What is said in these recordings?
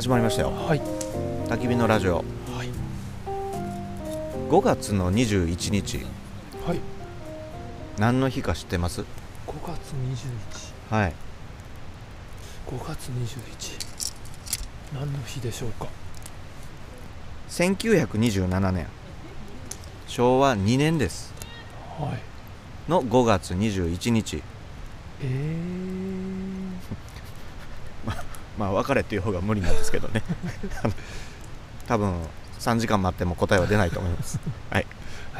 始まりましたよ。 はい。 焚き火のラジオ。 はい。 5月の21日、 はい。 何の日か知ってます？ 5月21。 はい。 5月21。何の日でしょうか。 1927年、昭和2年です。 はい。 の5月21日。まあ別れっていう方が無理なんですけどね。多分3時間待っても答えは出ないと思います。はい。 はい。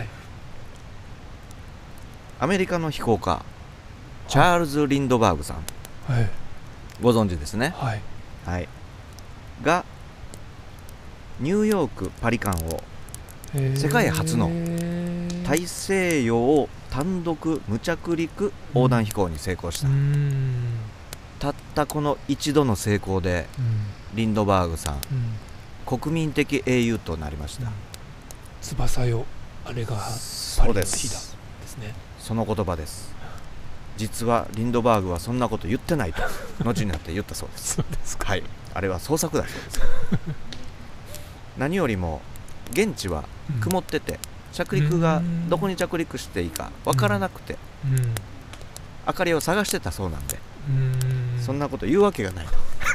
アメリカの飛行家、チャールズ・リンドバーグさん、 はい。 ご存知ですね。 はい。 はい。がニューヨーク・パリ間を世界初の大西洋単独無着陸横断飛行に成功した。たったこの一度の成功で、リンドバーグさん、国民的英雄となりました。 翼よ、あれがそうでパリの日だす。 ですね。 その言葉です。実はリンドバーグはそんなこと言ってないと後になって言ったそうです。 そうですか。 はい。あれは創作だそうです。何よりも現地は曇ってて、着陸がどこに着陸していいか分からなくて、明かりを探してたそうなんで、そんなこと言うわけがない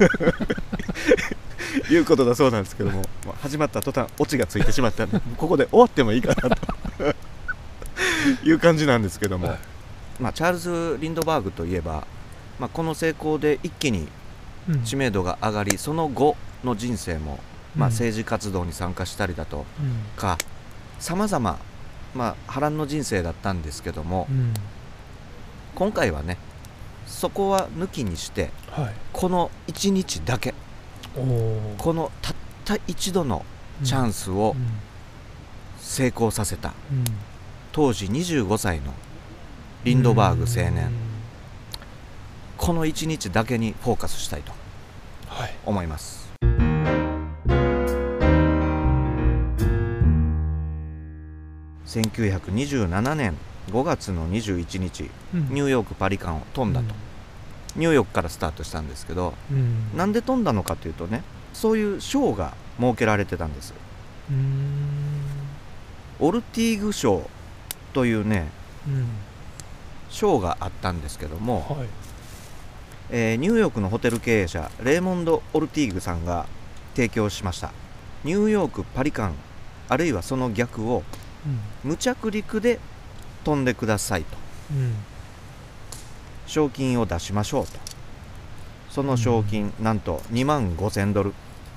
ということだそうなんですけども、始まった途端オチがついてしまったんで、ここで終わってもいいかなという感じなんですけども、チャールズ・リンドバーグといえば、この成功で一気に知名度が上がり、その後の人生も、政治活動に参加したりだとか、さまざま波乱の人生だったんですけども、今回はね、そこは抜きにして、この1日だけ、このたった一度のチャンスを成功させた、当時25歳のリンドバーグ青年、この1日だけにフォーカスしたいと思います。1927年5月の21日、ニューヨーク・パリ間を飛んだと。ニューヨークからスタートしたんですけど、なんで飛んだのかというとね、そういう賞が設けられてたんです。オルティーグ賞というね、賞があったんですけども、ニューヨークのホテル経営者レーモンド・オルティーグさんが提供しました。ニューヨーク・パリ間、あるいはその逆を無着陸で飛んでくださいと、賞金を出しましょうと。その賞金、なんと$25,000。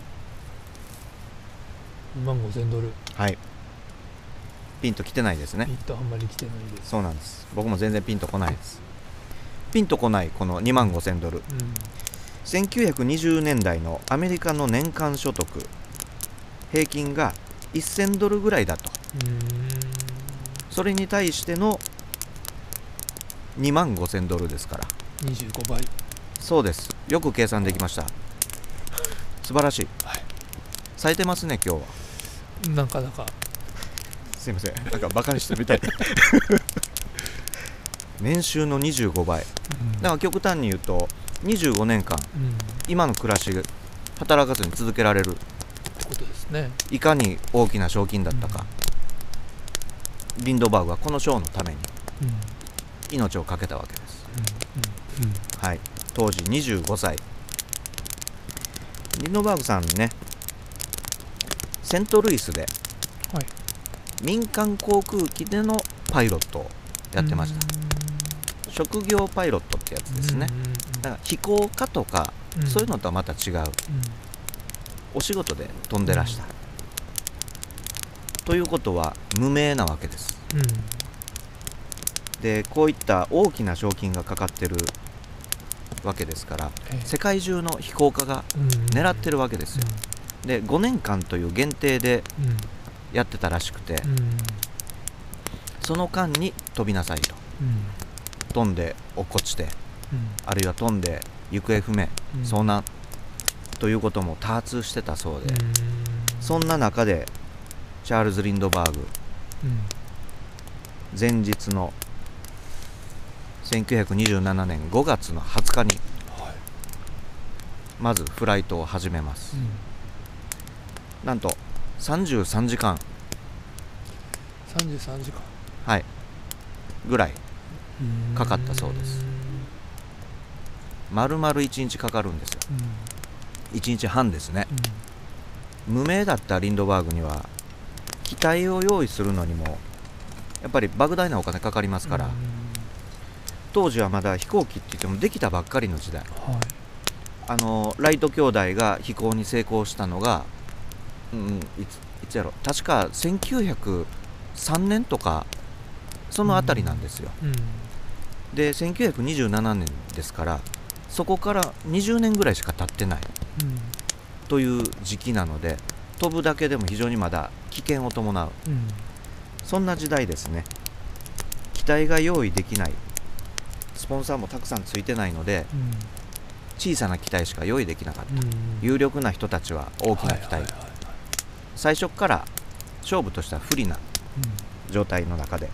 $25,000。 はい。ピンときてないですね。 ピンとあんまりきてないです。 そうなんです。僕も全然ピンとこないです。ピンとこないこの$25,000、1920年代のアメリカの年間所得平均が$1,000ぐらいだと。それに対しての$25,000ですから 25倍。 そうです。よく計算できました。素晴らしい。冴えてますね今日は。 なかなかすいません、なんかバカにしてみたい年収の25倍、だから極端に言うと25年間、今の暮らし働かずに続けられるってことですね。 いかに大きな賞金だったか、リンドバーグはこの賞のために命を懸けたわけです。はい。当時25歳。リンドバーグさんね、セントルイスで民間航空機でのパイロットをやってました。職業パイロットってやつですね。だから飛行家とか、そういうのとはまた違う、お仕事で飛んでらした、ということは無名なわけです。でこういった大きな賞金がかかってるわけですから、世界中の飛行家が狙ってるわけですよ。で5年間という限定でやってたらしくて、その間に飛びなさいと、飛んで落っこちて、あるいは飛んで行方不明、遭難ということも多発してたそうで、そんな中でチャールズ・リンドバーグ、前日の1927年5月の20日にまずフライトを始めます、 うん、 なんと33時間 33時間はいぐらいかかったそうです。丸々1日かかるんですよ、1日半ですね、無名だったリンドバーグには機体を用意するのにもやっぱり莫大なお金かかりますから、当時はまだ飛行機って言ってもできたばっかりの時代、 はい、 ライト兄弟が飛行に成功したのが、いつやろ、確か1903年とかそのあたりなんですよ、で1927年ですからそこから20年ぐらいしか経ってない、という時期なので飛ぶだけでも非常にまだ危険を伴う、そんな時代ですね。機体が用意できない、スポンサーもたくさんついてないので、小さな機体しか用意できなかった、有力な人たちは大きな機体、最初から勝負とした不利な状態の中で、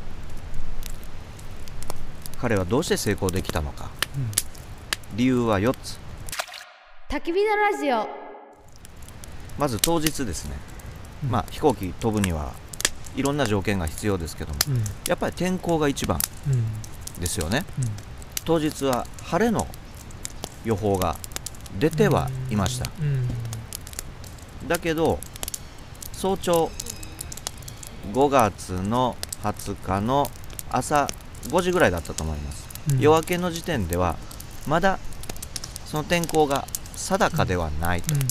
彼はどうして成功できたのか、理由は4つ。 焚き火のラジオ。 まず当日ですね、飛行機飛ぶにはいろんな条件が必要ですけども、やっぱり天候が一番ですよね、当日は晴れの予報が出てはいました、だけど早朝5月の20日の朝5時ぐらいだったと思います、夜明けの時点ではまだその天候が定かではないと、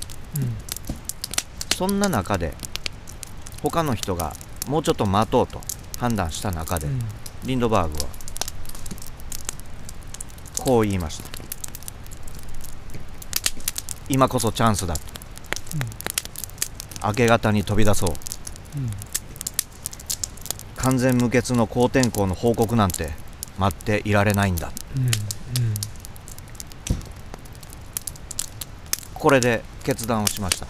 そんな中で他の人がもうちょっと待とうと判断した中で、リンドバーグはこう言いました。今こそチャンスだと、明け方に飛び出そう、完全無欠の好天候の報告なんて待っていられないんだ、これで決断をしました、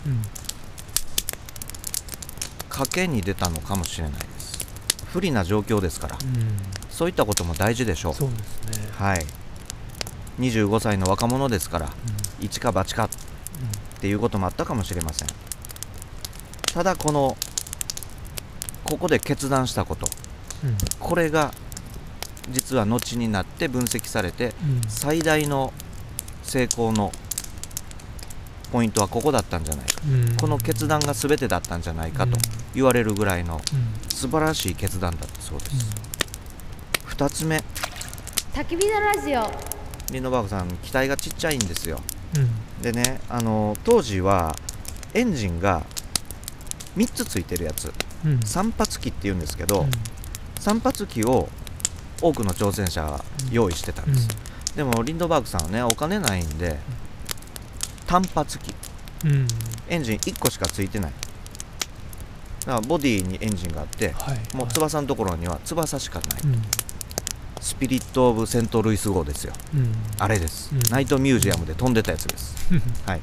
賭けに出たのかもしれないです。不利な状況ですから、そういったことも大事でしょう。 そうですね、 はい、25歳の若者ですから、一か八かっていうこともあったかもしれません。ただここで決断したこと、これが実は後になって分析されて、最大の成功のポイントはここだったんじゃないか、この決断が全てだったんじゃないかと言われるぐらいの素晴らしい決断だったそうです、2つ目、 焚き火のラジオ。 リンドバーグさん機体がちっちゃいんですよ、でね、当時はエンジンが3つついてるやつ、3発機っていうんですけど、3発機を多くの挑戦者が用意してたんです、でもリンドバーグさんはねお金ないんで単発機、エンジン1個しかついてない、だからボディにエンジンがあって、もう翼のところには翼しかない、スピリット・オブ・セントルイス号ですよ、あれです、ナイトミュージアムで飛んでたやつです、はい、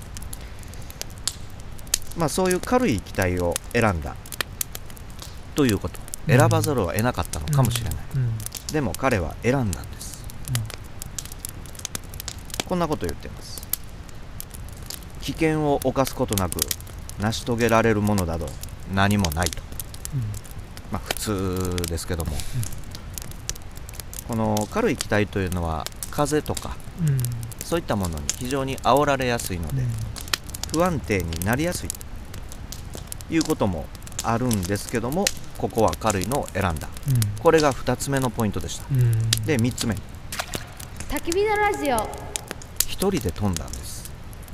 そういう軽い機体を選んだということ、選ばざるを得なかったのかもしれない、でも彼は選んだんです、こんなこと言っています。危険を冒すことなく成し遂げられるものなど何もないと、普通ですけども、この軽い機体というのは風とか、そういったものに非常に煽られやすいので、不安定になりやすいということもあるんですけども、ここは軽いのを選んだ、これが2つ目のポイントでした、で3つ目、 焚き火のラジオ。 1人で飛んだんです、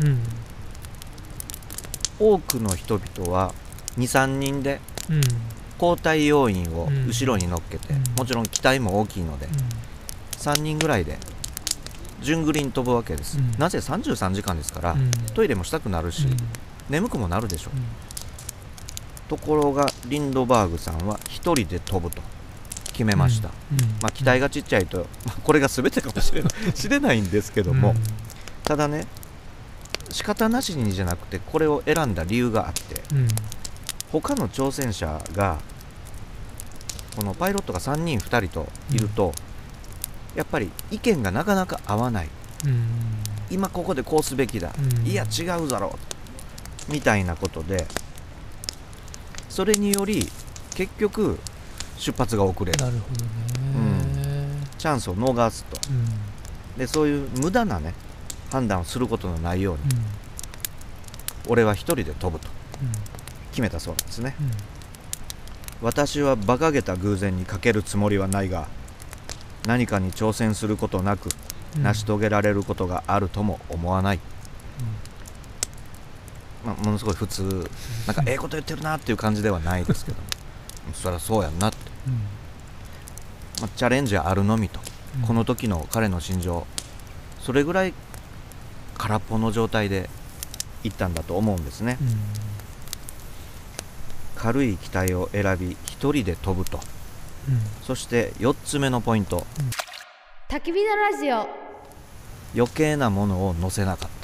多くの人々は 2,3 人で交代要員を後ろに乗っけて、もちろん機体も大きいので、3人ぐらいで順繰りに飛ぶわけです、なぜ33時間ですから、トイレもしたくなるし、眠くもなるでしょう、ところがリンドバーグさんは1人で飛ぶと決めました、機体がちっちゃいと、これが全てかもしれないんですけども、ただね、仕方なしにじゃなくてこれを選んだ理由があって、他の挑戦者がこのパイロットが3人2人といると、やっぱり意見がなかなか合わない、 今ここでこうすべきだ、いや違うだろうみたいなことで、それにより結局出発が遅れる、 なるほどね、 チャンスを逃すと。でそういう無駄なね判断をすることのないように、俺は一人で飛ぶと決めたそうなんですね。私は馬鹿げた偶然にかけるつもりはないが、何かに挑戦することなく成し遂げられることがあるとも思わない、ものすごい普通、なんかええこと言ってるなっていう感じではないですけどそりゃそうやんなって、チャレンジはあるのみと、この時の彼の心情、それぐらい空っぽの状態で行ったんだと思うんですね。軽い機体を選び一人で飛ぶと、そして4つ目のポイント、 焚き火のラジオ。 余計なものを乗せなかった。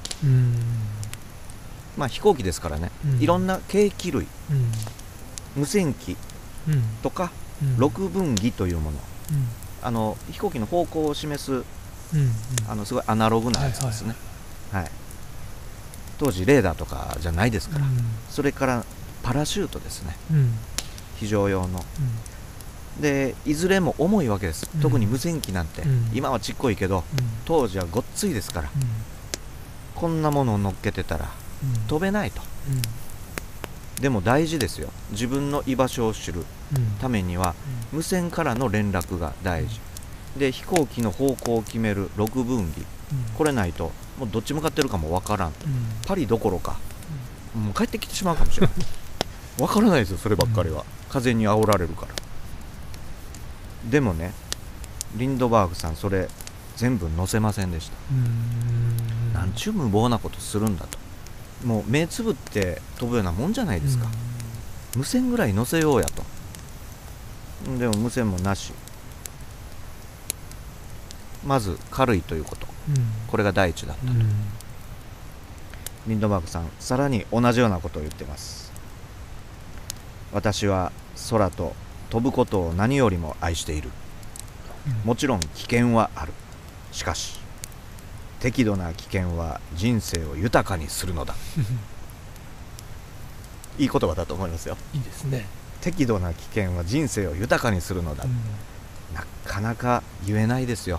飛行機ですからね、いろんな計器類、無線機とか、6分儀というもの、飛行機の方向を示す、すごいアナログなやつですね。当時レーダーとかじゃないですから、それからパラシュートですね、非常用の、でいずれも重いわけです。特に無線機なんて、今はちっこいけど、当時はごっついですから、こんなものを乗っけてたら飛べないと、でも大事ですよ。自分の居場所を知るためには、無線からの連絡が大事で、飛行機の方向を決める6分儀、これないともうどっち向かってるかもわからん、パリどころか、もう帰ってきてしまうかもしれないわからないですよ、そればっかりは、風に煽られるから。でもね、リンドバーグさんそれ全部載せませんでした。なんちゅう無謀なことするんだと。もう目つぶって飛ぶようなもんじゃないですか。無線ぐらい載せようやと。でも無線もなし。まず軽いということ、これが第一だったと。リンドバーグさんさらに同じようなことを言ってます。私は空と飛ぶことを何よりも愛している。もちろん危険はある。しかし適度な危険は人生を豊かにするのだいい言葉だと思いますよ。 いいですね。 適度な危険は人生を豊かにするのだ、なかなか言えないですよ。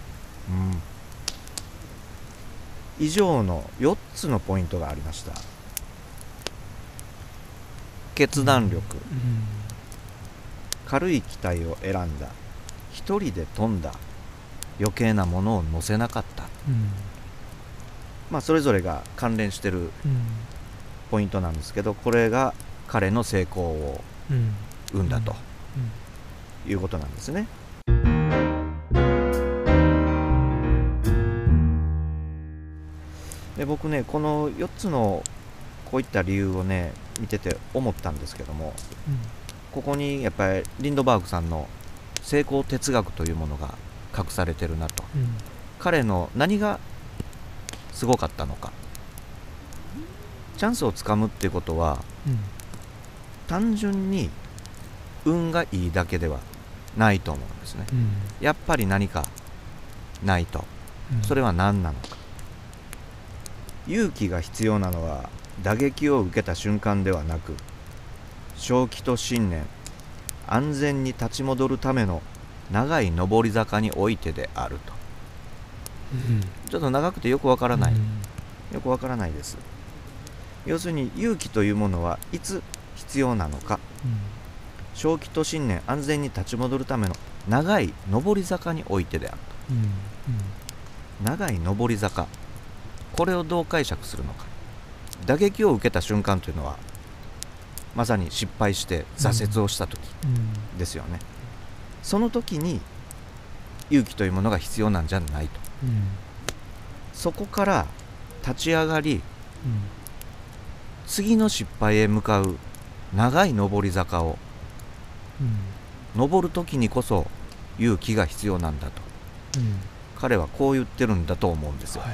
以上の4つのポイントがありました。決断力、軽い機体を選んだ、一人で飛んだ、余計なものを乗せなかった、それぞれが関連してるポイントなんですけど、これが彼の成功を生んだということなんですね。で僕ね、この4つのこういった理由をね見てて思ったんですけども、ここにやっぱりリンドバーグさんの成功哲学というものが隠されてるなと、彼の何がすごかったのか。チャンスをつかむっていうことは、単純に運がいいだけではないと思うんですね。やっぱり何かないと、それは何なのか。勇気が必要なのは打撃を受けた瞬間ではなく、正気と信念、安全に立ち戻るための長い上り坂においてであると。ちょっと長くてよくわからない、よくわからないです。要するに勇気というものはいつ必要なのか、正気と信念、安全に立ち戻るための長い上り坂においてであると。長い上り坂、これをどう解釈するのか。打撃を受けた瞬間というのはまさに失敗して挫折をした時ですよね。その時に勇気というものが必要なんじゃないと、そこから立ち上がり、次の失敗へ向かう長い上り坂を、上る時にこそ勇気が必要なんだと、彼はこう言ってるんだと思うんですよ。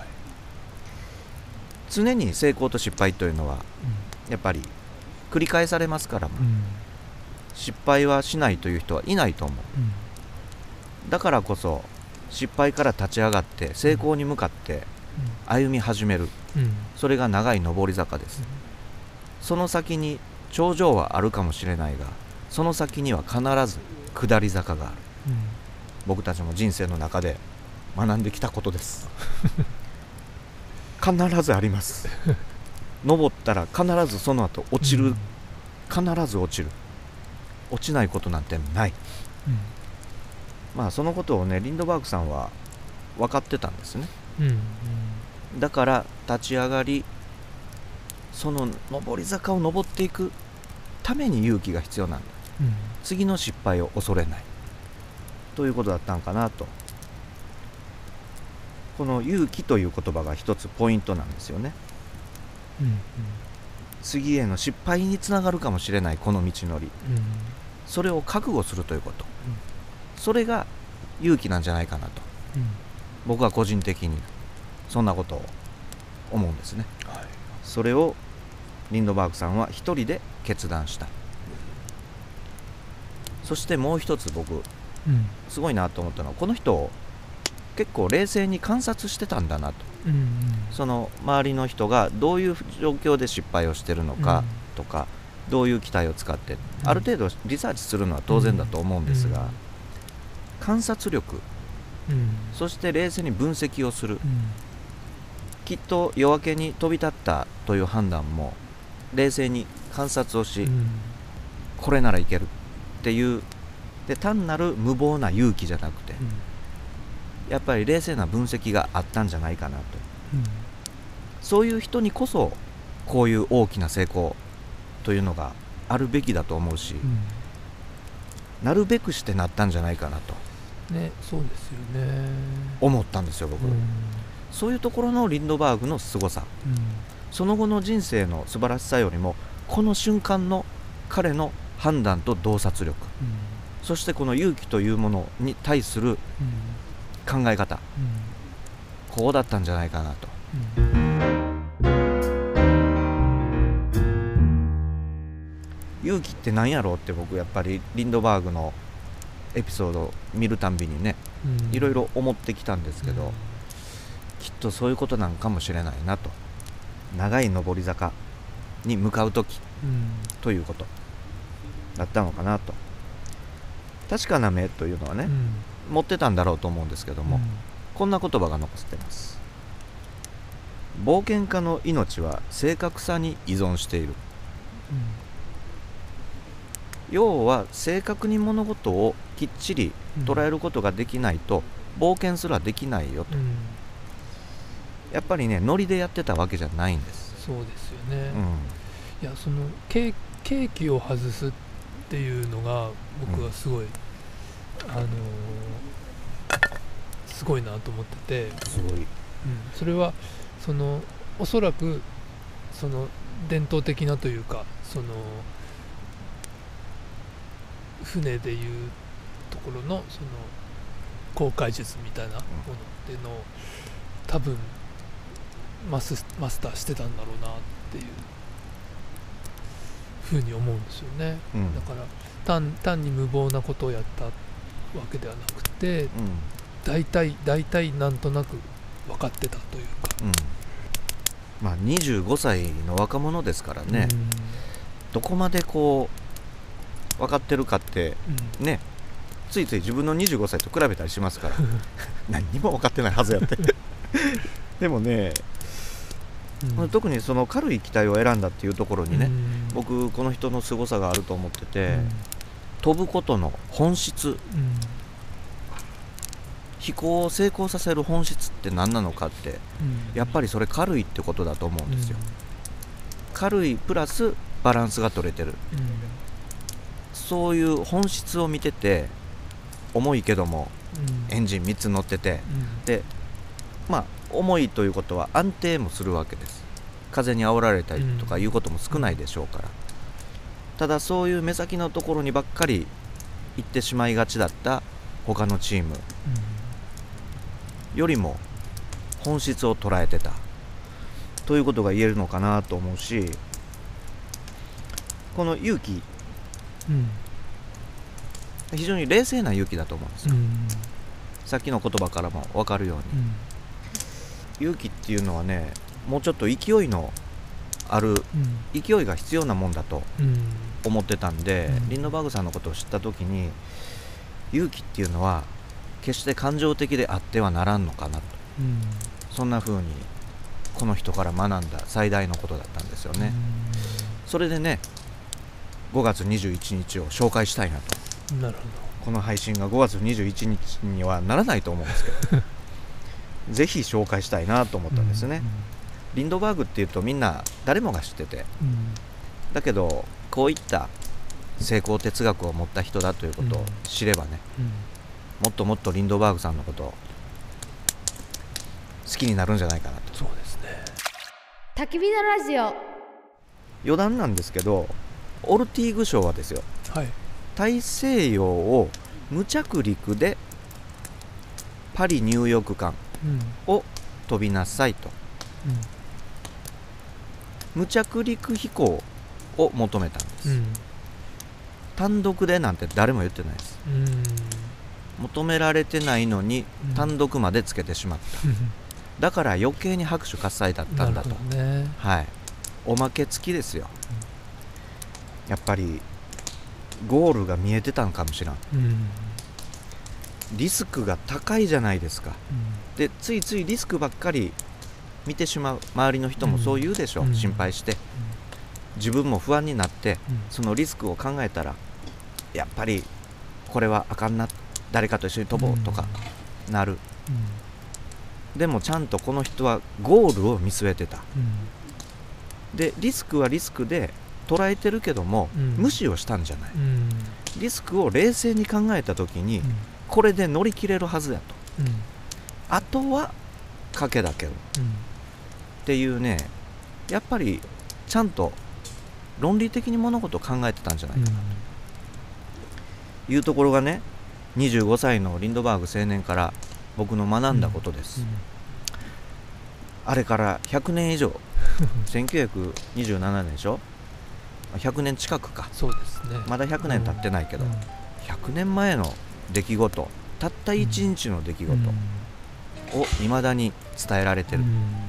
常に成功と失敗というのはやっぱり繰り返されますから、失敗はしないという人はいないと思う。だからこそ失敗から立ち上がって成功に向かって歩み始める、それが長い上り坂です。その先に頂上はあるかもしれないが、その先には必ず下り坂がある、僕たちも人生の中で学んできたことです必ずあります登ったら必ずその後落ちる、必ず落ちる、落ちないことなんてない、まあそのことをねリンドバーグさんは分かってたんですね、だから立ち上がり、その上り坂を登っていくために勇気が必要なんだ、次の失敗を恐れないということだったのかなと。この勇気という言葉が一つポイントなんですよね、次への失敗につながるかもしれないこの道のり、それを覚悟するということ、それが勇気なんじゃないかなと、僕は個人的にそんなことを思うんですね、それをリンドバーグさんは一人で決断した。そしてもう一つ僕、すごいなと思ったのは、この人を結構冷静に観察してたんだなと、その周りの人がどういう状況で失敗をしてるのかとか、どういう機体を使って、ある程度リサーチするのは当然だと思うんですが、観察力、そして冷静に分析をする、きっと夜明けに飛び立ったという判断も冷静に観察をし、これならいけるっていうで、単なる無謀な勇気じゃなくて、やっぱり冷静な分析があったんじゃないかなと、そういう人にこそこういう大きな成功というのがあるべきだと思うし、なるべくしてなったんじゃないかなと、 そうですよね、 思ったんですよ僕、そういうところのリンドバーグの凄さ、その後の人生の素晴らしさよりもこの瞬間の彼の判断と洞察力、そしてこの勇気というものに対する考え方、こうだったんじゃないかなと、勇気って何やろうって僕やっぱりリンドバーグのエピソードを見るたんびにね、いろいろ思ってきたんですけど、きっとそういうことなんかもしれないなと、長い上り坂に向かう時、ということだったのかなと。確かな目というのはね、持ってたんだろうと思うんですけども、こんな言葉が残ってます。冒険家の命は正確さに依存している、要は正確に物事をきっちり捉えることができないと冒険すらできないよと、やっぱりねノリでやってたわけじゃないんです。 そうですよね、いやそのケーキを外すっていうのが僕はすごい、すごいなと思ってて、 すごい、 それはそのおそらくその伝統的なというか、その船でいうところのその航海術みたいなものっていうのを多分マスターしてたんだろうなっていうふうに思うんですよね、だから単に無謀なことをやったわけではなくて、大体なんとなく分かってたというか、 まあ25歳の若者ですからね、どこまでこう分かってるかってね、ついつい自分の25歳と比べたりしますから何にも分かってないはずやってでもね、特にその軽い機体を選んだっていうところにね、僕この人の凄さがあると思ってて、飛ぶことの本質、飛行を成功させる本質って何なのかって、やっぱりそれ軽いってことだと思うんですよ、軽いプラスバランスが取れてる、そういう本質を見てて、重いけどもエンジン3つ乗ってて、でまあ重いということは安定もするわけです。風に煽られたりとかいうことも少ないでしょうから、ただそういう目先のところにばっかり行ってしまいがちだった他のチームよりも本質を捉えてたということが言えるのかなと思うし、この勇気、非常に冷静な勇気だと思うんですよ、 さっきの言葉からも分かるように、勇気っていうのはね、もうちょっと勢いのある、勢いが必要なもんだと思ってたんで、リンドバーグさんのことを知った時に、勇気っていうのは決して感情的であってはならんのかなと、そんな風にこの人から学んだ最大のことだったんですよね。それでね、5月21日を紹介したいなと。 なるほど。 この配信が5月21日にはならないと思うんですけどぜひ紹介したいなと思ったんですね。リンドバーグっていうとみんな誰もが知ってて、だけどこういった成功哲学を持った人だということを知ればね、もっともっとリンドバーグさんのことを好きになるんじゃないかなと。 そうですね。 焚き火のラジオ。 余談なんですけど、オルティーグ賞はですよ、 はい、 大西洋を無着陸でパリニューヨーク間を飛びなさいと、無着陸飛行を求めたんです、単独でなんて誰も言ってないです、求められてないのに単独までつけてしまった、だから余計に拍手喝采だったんだと、はい、おまけ付きですよ、やっぱりゴールが見えてたんかもしれん、リスクが高いじゃないですか、でついついリスクばっかり見てしまう、周りの人もそう言うでしょ、心配して、自分も不安になって、そのリスクを考えたらやっぱりこれはあかんな、誰かと一緒に飛ぼうとかなる、でもちゃんとこの人はゴールを見据えてた、でリスクはリスクで捉えてるけども、無視をしたんじゃない、リスクを冷静に考えた時に、これで乗り切れるはずやと、あとは賭けだけど、っていうね、やっぱりちゃんと論理的に物事を考えてたんじゃないかなというところがね、25歳のリンドバーグ青年から僕の学んだことです、あれから100年以上1927年でしょ、100年近くか、 そうですね、 まだ100年経ってないけど、100年前の出来事、たった1日の出来事を未だに伝えられてる、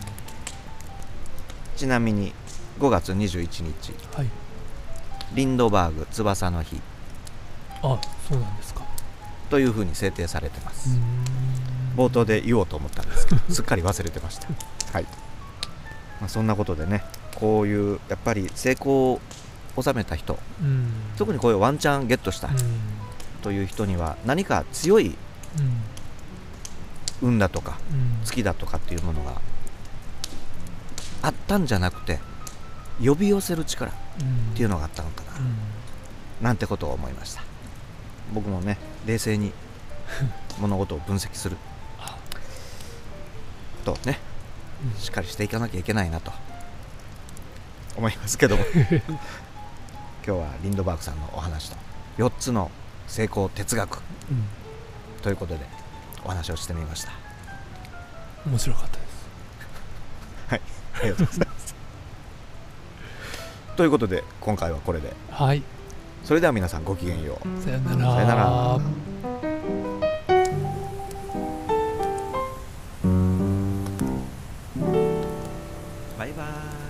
ちなみに5月21日、はい、リンドバーグ翼の日、 あ、そうなんですか、 というふうに制定されてます。冒頭で言おうと思ったんですけどすっかり忘れてましたはい、そんなことでね、こういうやっぱり成功を収めた人、特にこういうワンチャンゲットしたという人には何か強い運だとか月だとかっていうものがあったんじゃなくて、呼び寄せる力っていうのがあったのかな、なんてことを思いました。僕もね、冷静に物事を分析するとね、しっかりしていかなきゃいけないなと思いますけども今日はリンドバーグさんのお話と4つの成功哲学、ということでお話をしてみました。 面白かったですはい、ありがとうございますということで今回はこれで、 はい、 それでは皆さんごきげんよう。 さよなら。 さよなら。バイバーイ。